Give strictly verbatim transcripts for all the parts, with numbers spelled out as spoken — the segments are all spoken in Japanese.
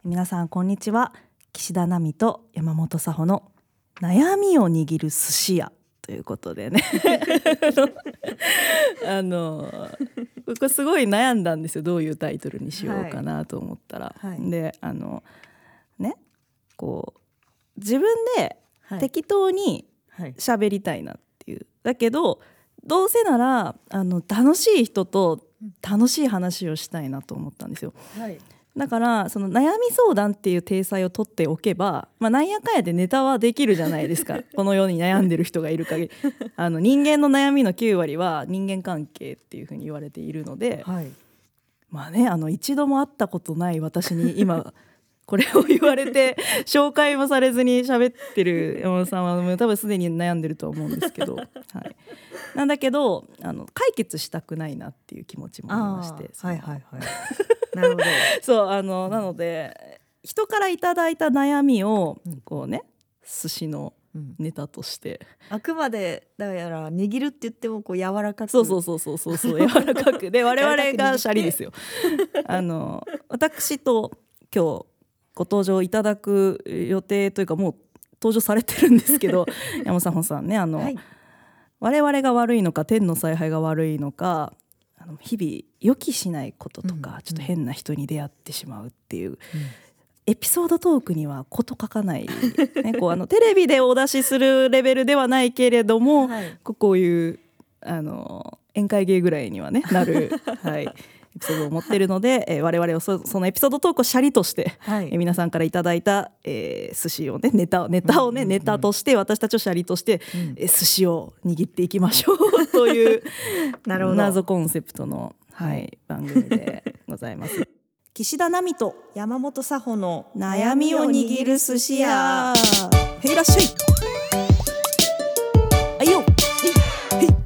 皆さんこんにちは。岸田奈美と山本佐穂の悩みを握る寿司屋ということでねあのこれすごい悩んだんですよ。どういうタイトルにしようかなと思ったら、 はいはい、 であのねこう自分で適当に喋りたいなっていう、はい、だけどどうせならあの楽しい人と楽しい話をしたいなと思ったんですよ、はい、だからその悩み相談っていう体裁を取っておけば、まあ、なんやかんやでネタはできるじゃないですかこの世に悩んでる人がいる限りあの人間の悩みのきゅうわりは人間関係っていうふうに言われているので、はい、まあねあの一度も会ったことない私に今これを言われて紹介もされずに喋ってる山本さんはもう多分すでに悩んでると思うんですけど、はい、なんだけどあの解決したくないなっていう気持ちもありまして、 はいはいはいなるほどそうあのなので人からいただいた悩みをこうね寿司のネタとして、 うん、あくまでだから握るって言ってもこう柔らかくそうそうそうそうそうそう柔らかくで我々がシャリですよあの私と今日ご登場いただく予定というかもう登場されてるんですけど山本さんさんねあの、はい、我々が悪いのか天の采配が悪いのかあの日々予期しないこととか、うん、ちょっと変な人に出会ってしまうっていう、うん、エピソードトークにはこと書かない、ね、こうあのテレビでお出しするレベルではないけれども、はい、こういうあの宴会芸ぐらいには、ね、なる、はいエピソードを持っているので、えー、我々を そ, そのエピソードトークをシャリとして、はいえー、皆さんからいただいた、えー、寿司をねネタネタをね、うんうんうん、ネタとして私たちをシャリとして、うんえー、寿司を握っていきましょうというなるほど謎コンセプトの、はい、番組でございます岸田奈美と山本佐穂の悩みを握る寿司屋。へいらっしゃい。あいよへいへいへい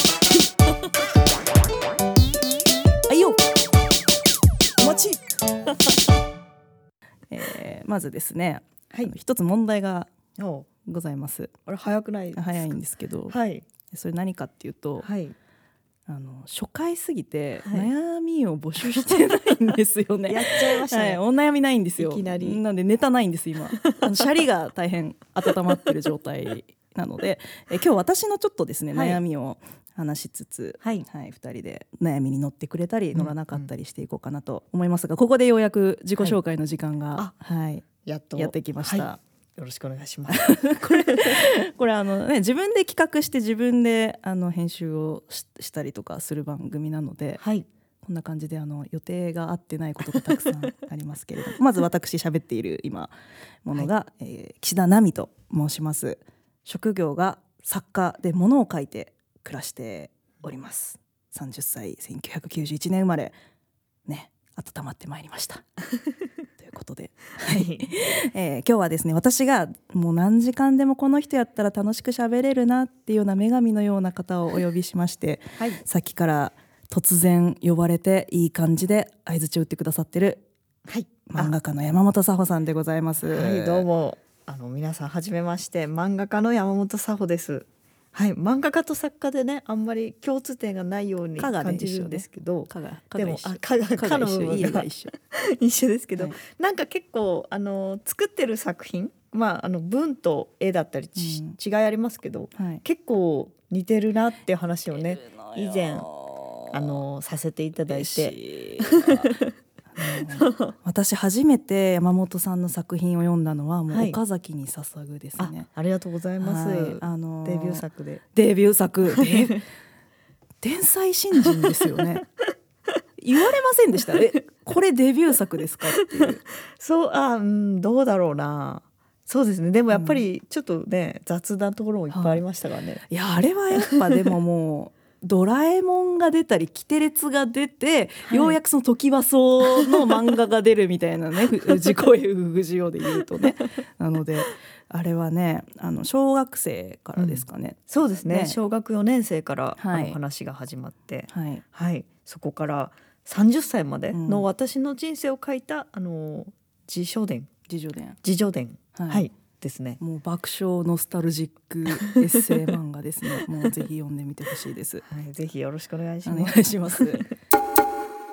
えー、まずですね、はい、一つ問題がございます。 あれ早くないですか？ 早いんですけど、はい、それ何かっていうと、はい、あの初回すぎて悩みを募集してないんですよねやっちゃいましたね、はい、 お悩みないんですよ。 いきなりなんでネタないんです今あのシャリが大変温まってる状態なのでえ今日私のちょっとですね、はい、悩みを話しつつ、はいはい、ふたりで悩みに乗ってくれたり乗らなかったりしていこうかなと思いますが、うんうん、ここでようやく自己紹介の時間が、はいはい、やっとやってきました、はい、 よろしくお願いしますこれこれあの、ね、自分で企画して自分であの編集を し, したりとかする番組なので、はい、こんな感じであの予定が合ってないことがたくさんありますけれどまず私喋っている今ものが、はいえー、岸田奈美と申します。職業が作家で物を書いて暮らしております。さんじゅっさいせんきゅうひゃくきゅうじゅういちねん生まれね温まってまいりましたということで、はいえー、今日はですね私がもう何時間でもこの人やったら楽しく喋れるなっていうような女神のような方をお呼びしまして、はい、さっきから突然呼ばれていい感じで相槌を打ってくださってる、はい、漫画家の山本佐穂さんでございます。 はいどうもあの皆さんはじめまして漫画家の山本佐穂です。はい、漫画家と作家でねあんまり共通点がないように感じるんですけど、でもあ科がの部分が一緒一緒ですけど、はい、なんか結構あの作ってる作品、まあ、あの文と絵だったり、うん、違いありますけど、はい、結構似てるなっていう話をね以前あのさせていただいて私初めて山本さんの作品を読んだのはもう岡崎に捧ぐですね、はい、 あ, ありがとうございます、はいあのー、デビュー作でデビュー作で天才新人ですよね言われませんでしたえこれデビュー作ですかっていうそうあ、うん、どうだろうなそうですねでもやっぱりちょっとね、うん、雑なところもいっぱいありましたからね、はい、 いやあれはやっぱでももうドラえもんが出たりキテレツが出て、はい、ようやくそのトキワ荘の漫画が出るみたいなね藤子 F 不二雄で言うとねなのであれはねあの小学生からですかね、うん、 そうです ね, ね小学よねん生から、はい、あの話が始まって、はいはい、そこからさんじゅっさいまでの私の人生を書いた、うん、あの自叙伝自叙伝自叙伝はい、はいですね、 もう爆笑ノスタルジックエッセイ漫画ですねもうぜひ読んでみてほしいです、 はい、ぜひよろしくお願いしますお願いします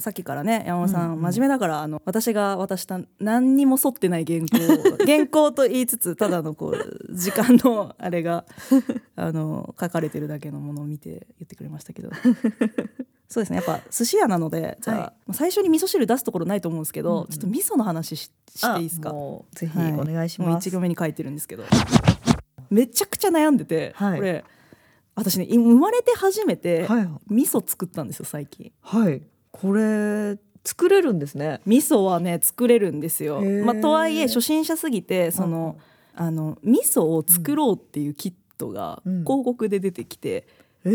さっきからね山本さん、うんうん、真面目だからあの私が渡した何にも沿ってない原稿原稿と言いつつただのこう時間のあれがあの書かれてるだけのものを見て言ってくれましたけどそうですねやっぱ寿司屋なのでじゃあ、はい、最初に味噌汁出すところないと思うんですけど、うんうん、ちょっと味噌の話 し, していいですか。 もうぜひお願いします、はい、 もういち行目に書いてるんですけどめちゃくちゃ悩んでて、はい、これ私ね生まれて初めて味噌作ったんですよ最近。 はいこれ作れるんですね。 味噌はね作れるんですよ、まあ、とはいえ初心者すぎてその、うん、あの味噌を作ろうっていうキットが広告で出てきて、うん、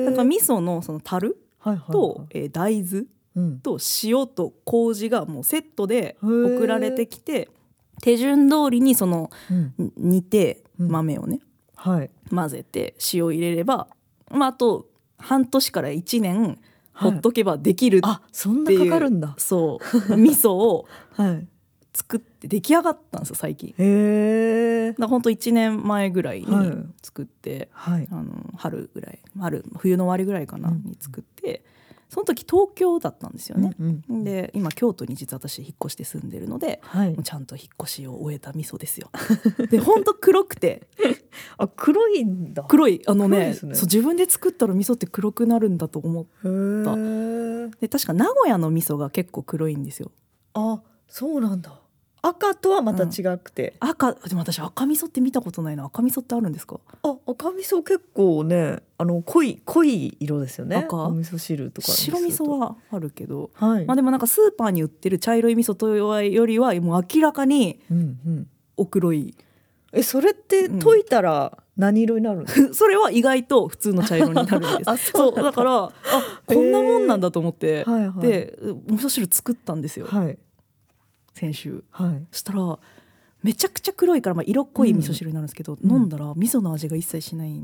だから味噌のその樽と、はいはいはいえー、大豆と塩と麹がもうセットで送られてきて手順通りにその、うん、煮て豆をね、うんはい、混ぜて塩入れれば、まあ、あと半年からいちねんほっとけばできるっていう、はい、あそんなかかるんだ。 そう味噌を作って出来上がったんですよ最近。 へー。 だほんといちねんまえぐらいに作って、はい、あの春ぐらい春冬の終わりぐらいかな、うん、に作ってその時東京だったんですよね、うんうん、で今京都に実は私引っ越して住んでるので、はい、もうちゃんと引っ越しを終えた味噌ですよでほんと黒くてあ黒いんだ。 黒いあの ね, ねそう自分で作ったら味噌って黒くなるんだと思った。で確か名古屋の味噌が結構黒いんですよ。 あそうなんだ。赤とはまた違くて、 うん、赤でも私赤味噌って見たことないな。赤味噌ってあるんですか。 あ赤味噌結構ねあの濃い濃い色ですよね。赤お味噌汁とか白味噌はあるけど、はいまあ、でもなんかスーパーに売ってる茶色い味噌というよりはもう明らかにお黒い、うんうん、 えそれって溶いたら何色になるんですか、 うん、それは意外と普通の茶色になるんですあ そう, そうだからあこんなもんなんだと思って、はいはい、でお味噌汁作ったんですよ、はい先週、はい、そしたらめちゃくちゃ黒いから、まあ、色濃い味噌汁になるんですけど、うん、飲んだら味噌の味が一切しない、うん、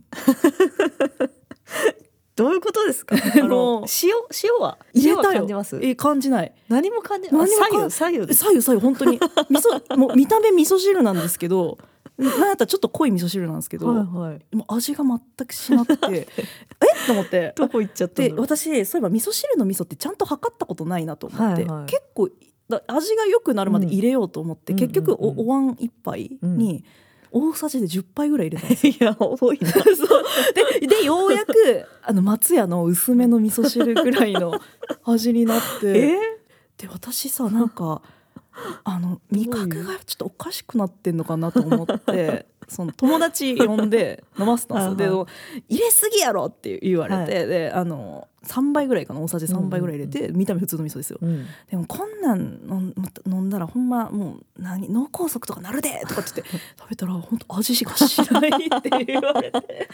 どういうことですか。あの塩塩は入れたよ。 感じます。 え感じない。 何も感じない。左右左右左右左右本当に味噌もう見た目味噌汁なんですけどなんやったらちょっと濃い味噌汁なんですけど、はいはい、もう味が全くしなくてえっと思ってどこ行っちゃったんだろう。 で私そういえば味噌汁の味噌ってちゃんと測ったことないなと思って、はいはい、結構だ味が良くなるまで入れようと思って、うん、結局 お,、うんうんうん、お椀一杯に大さじでじゅっぱいぐらい入れたんですよ。 いや多いなそうで, でようやくあの松屋の薄めの味噌汁ぐらいの味になってえで私さなんかあの味覚がちょっとおかしくなってんのかなと思ってその友達呼んで飲ませたんですよ。で入れすぎやろって言われて、はい、であのさんばいぐらいかな大さじさんばいぐらい入れて、うんうん、見た目普通の味噌ですよ、うん、でもこんなん飲んだらほんまもう何脳梗塞とかなるでとかって言って食べたら本当味がしないって言われて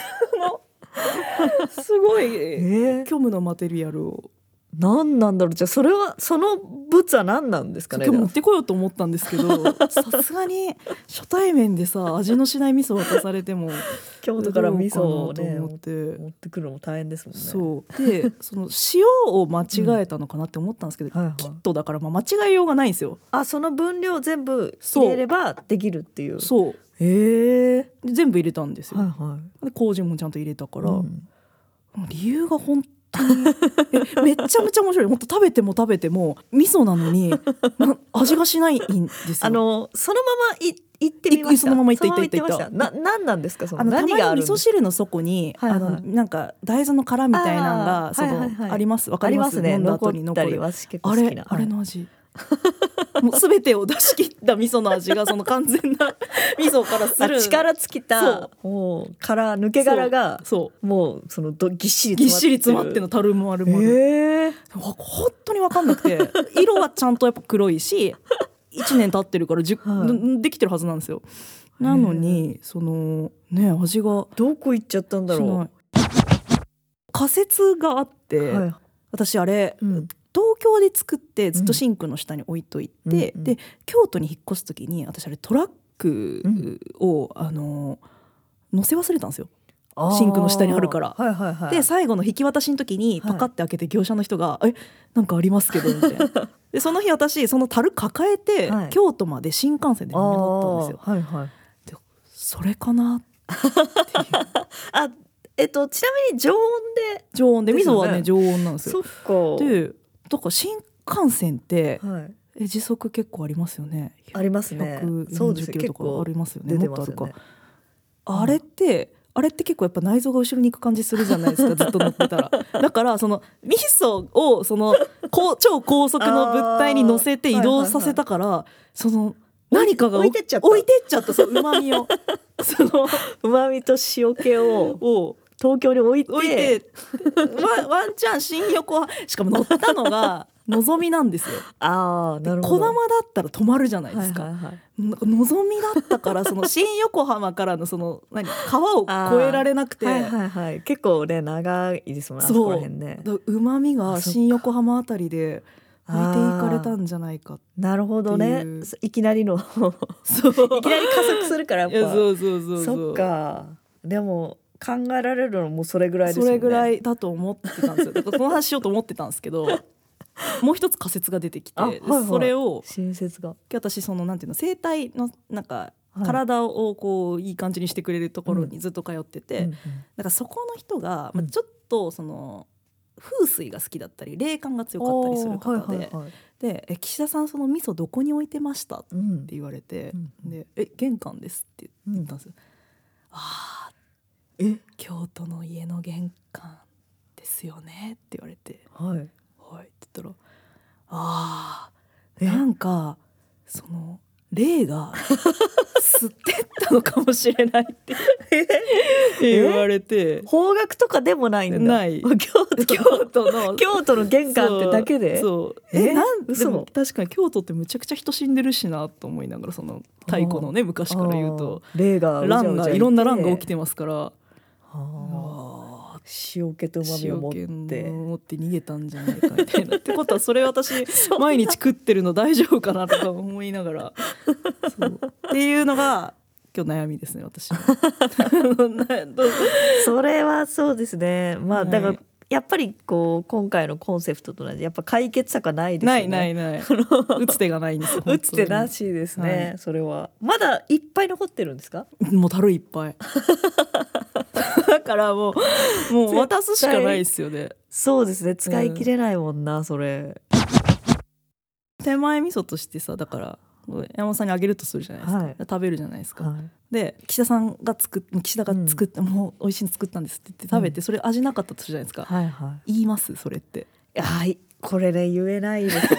すごい、えー、虚無のマテリアルを何なんだろう。じゃあそれはその物は何なんですかね。 今日持ってこようと思ったんですけどさすがに初対面でさ味のしない味噌渡されても京都から味噌をね持って持ってくるのも大変ですもんね。 そうでその塩を間違えたのかなって思ったんですけど、うんはいはい、キットだからまあ間違えようがないんですよ。 あその分量全部入れればできるっていう。 そうへえ全部入れたんですよ、はいはい、で麹もちゃんと入れたから、うん、理由が本当えめっちゃめちゃ面白い。本当食べても食べても味噌なのに味がしないんですよ。 あのそのままいいってみました。 そのままいったいったいったいったな何なんですかそのあの何があるんですか。 たまに味噌汁の底に、はいはい、あのなんか大豆の殻みたいなのがあ、そのはいはいはい、ありますわかります。 ありますね。 飲んだ後に残る残ったり結構好きなあれ、はい、あれの味もう全てを出し切った味噌の味がその完全な味噌からする力尽きたもう殻抜け殻がそうもうそのどぎっしりぎっしり詰まってのたるまるまる、えー、本当に分かんなくて色はちゃんとやっぱ黒いしいちねん経ってるからじゅ、はい、できてるはずなんですよ。なのにそのね味がどこ行っちゃったんだろう。 仮説があって、はい、私あれ、うん東京で作ってずっとシンクの下に置いといて、うん、で京都に引っ越す時に私あれトラックを、うん、あの乗せ忘れたんですよ。シンクの下にあるから、はいはいはい、で最後の引き渡しの時にパカッて開けて業者の人が、はい、えなんかありますけどみたいなでその日私その樽抱えて、はい、京都まで新幹線で乗ったんですよ、はいはい、でそれかなっていうあえっと、ちなみに常温で常温で味噌はね常温なんですよ。 そっかでだから新幹線って、 はい、 え時速結構ありますよね。 ありますね。 ひゃくよんじゅっキロとかありますよね。 出てますよね。 もっとあるか。あれって、うんあれって結構やっぱ内臓が後ろに行く感じするじゃないですかずっと乗ってたら。だからその味噌をその超高速の物体に乗せて移動させたから、はいはいはい、その何かが置いてっちゃった置いてっちゃったそう旨味をその旨味と塩気を東京に置いて、 置いてワ, ワンチャン新横浜しかも乗ったのがのぞみなんですよ。 あーなるほど。 こだまだったら止まるじゃないですか、はいはいはい、なんかのぞみだったからその新横浜からのその何川を越えられなくて、 はいはいはい、結構ね長いですもんね。 そうあそこら辺ね。 うまみが新横浜あたりで置いていかれたんじゃないかっていう。 なるほどね。いきなりのそういきなり加速するからやっぱそうそうそうそうそっか。でも考えられるのもそれぐらいですよね。 それぐらいだと思ってたんですよ。だからこの話しようと思ってたんですけどもう一つ仮説が出てきて、はいはい、それを新説が私そのなんていうの生体のなんか体をこういい感じにしてくれるところにずっと通ってて、うん、だからそこの人が、まあ、ちょっとその風水が好きだったり霊感が強かったりする方で、はいはいはい、でえ岸田さんその味噌どこに置いてましたって言われて、うん、でえ玄関ですって言ったんですよ、うん、あえ京都の家の玄関ですよねって言われて、 はいはい、って言ったらあーなんかその霊が吸ってったのかもしれないって言われて方角とかでもないんだ。 ない京都京都の京都の玄関ってだけでそうえなんでも確かに京都ってむちゃくちゃ人死んでるしなと思いながらその太古のね昔から言うと霊が乱がいろんな乱が起きてますから。 塩気と旨味を持って持って逃げたんじゃないかみたいなってことはそれ私毎日食ってるの大丈夫かなとか思いながらそうっていうのが今日悩みですね私のそれはそうですね。まあだから、はい、やっぱりこう今回のコンセプトと同じやっぱ解決策はないですよね。 ないないない打つ手がないんですよ。 打つ手なしですね、はい、それはまだいっぱい残ってるんですか？ もう樽いっぱいだからもうもう渡すしかないですよね。 そうですね使い切れないもんな、うん、それ手前味噌としてさだから山本さんにあげるとするじゃないですか、はい、食べるじゃないですか、はい、で岸田さんが作っ岸田が作って、うん、もう美味しいの作ったんですって言って食べて、うん、それ味なかったとするじゃないですか、はいはい、言いますそれって？ はいこれね言えないですね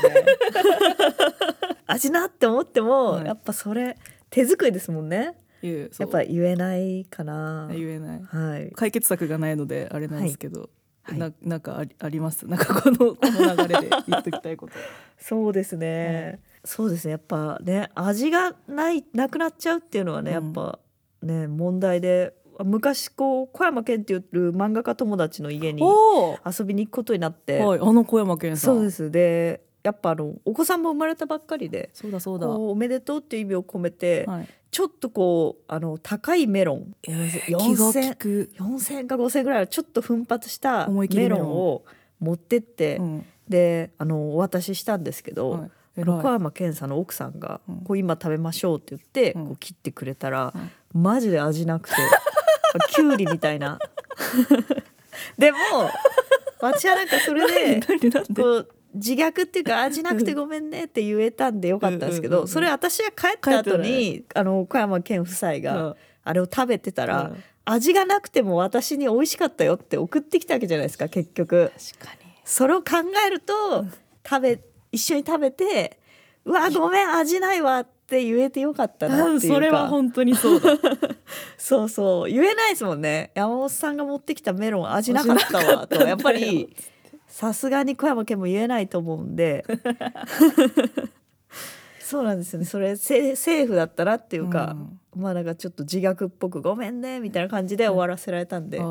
味なって思っても、はい、やっぱそれ手作りですもんね。やっぱ言えないかな。 言えない、 はい、 解決策がないのであれなんですけど、はい、な, なんか あ, りありますなんかこのこの流れで言っときたいことそうですね、はい、そうですねやっぱね味がないなくなっちゃうっていうのはね、うん、やっぱね問題で昔こう小山健っていう漫画家友達の家に遊びに行くことになって、 はい、あの小山健さんそうですでやっぱあのお子さんも生まれたばっかりでそうだそうだおめでとうっていう意味を込めて、はい、ちょっとこうあの高いメロン、 えー、よんせん、 よんせんかごせんぐらいちょっと奮発したメロンを持ってって、うん、であのお渡ししたんですけど、はい、小山健さんの奥さんが、うん、こう今食べましょうって言って、うん、こう切ってくれたら、うん、マジで味なくてキュウリみたいなでも私はなんかそれでこう自虐っていうか味なくてごめんねって言えたんでよかったんですけど、うんうんうん、それ私が帰った後にあの小山健夫妻があれを食べてたら、うん、味がなくても私に美味しかったよって送ってきたわけじゃないですか結局。 確かにそれを考えると、うん、食べ一緒に食べてうわごめん味ないわって言えてよかったなっていうか、 それは本当にそうだそうそう言えないですもんね。山本さんが持ってきたメロン味なかったわとやっぱりさすがに小山健も言えないと思うんでそうなんですよね。それセーフだったなっていうか、うん、まあなんかちょっと自虐っぽくごめんねみたいな感じで終わらせられたんで、うん、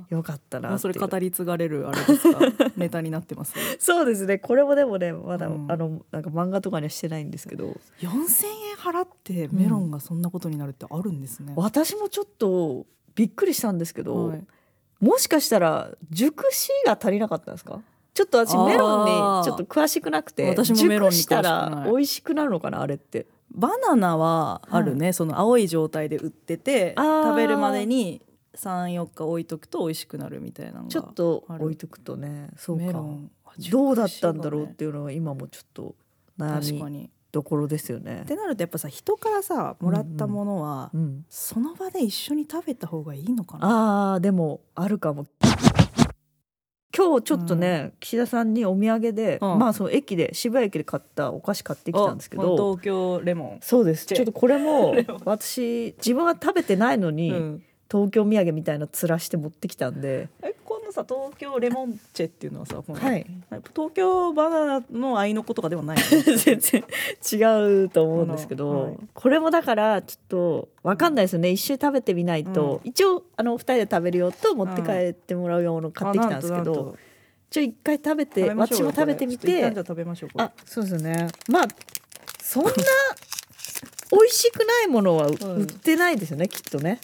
よかったなっていう。 それ語り継がれるあれですかネタになってます、ね、 そうですね。これもでもねまだ、うん、あのなんか漫画とかにはしてないんですけどよんせんえん払ってメロンがそんなことになるってあるんですね、 うん、私もちょっとびっくりしたんですけど、はい、もしかしたら熟しが足りなかったんですか？ちょっと私メロンにちょっと詳しくなくて、 私もメロンに詳しくない。 熟したら美味しくなるのかなあれって。 バナナはあるね、はい、その青い状態で売ってて食べるまでにさんよっか置いとくと美味しくなるみたいなのがちょっと置いとくとね。そうか。 メロンどうだったんだろうっていうのは今もちょっと悩みどころですよね。 ってなるとやっぱさ人からさもらったものは、うんうん、その場で一緒に食べた方がいいのかな。あーでもあるかも。今日ちょっとね、うん、岸田さんにお土産で、うん、まあその駅で渋谷駅で買ったお菓子買ってきたんですけど、 東京レモン。 そうです。ちょっとこれも私自分は食べてないのに、うん、東京土産みたいなつらして持ってきたんで。 えこのさ東京レモンチェっていうのはさ、はい、東京バナナの合いの子とかではないの？ 全然違うと思うんですけど、はい、これもだからちょっと分かんないですよね。一緒に食べてみないと、うん、一応あのふたりで食べるよと持って帰ってもらうようなの買ってきたんですけど、うん、ちょ一回食べて私も食べてみて、 じゃ食べましょう。 あそうですね。まあそんな美味しくないものは売ってないですよね、うん、きっとね。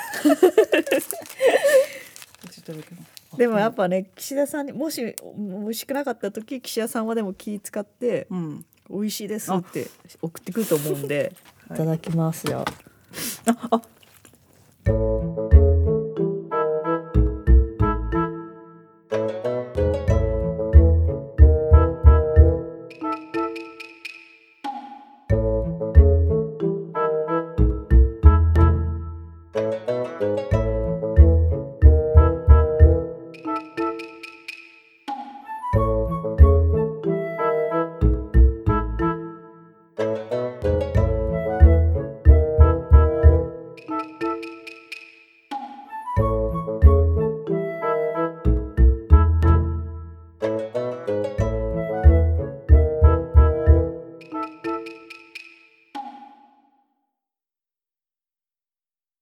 でもやっぱね岸田さんにもし美味しくなかった時岸田さんはでも気使って、うん、美味しいですって送ってくると思うんで、はい、いただきますよ。ああ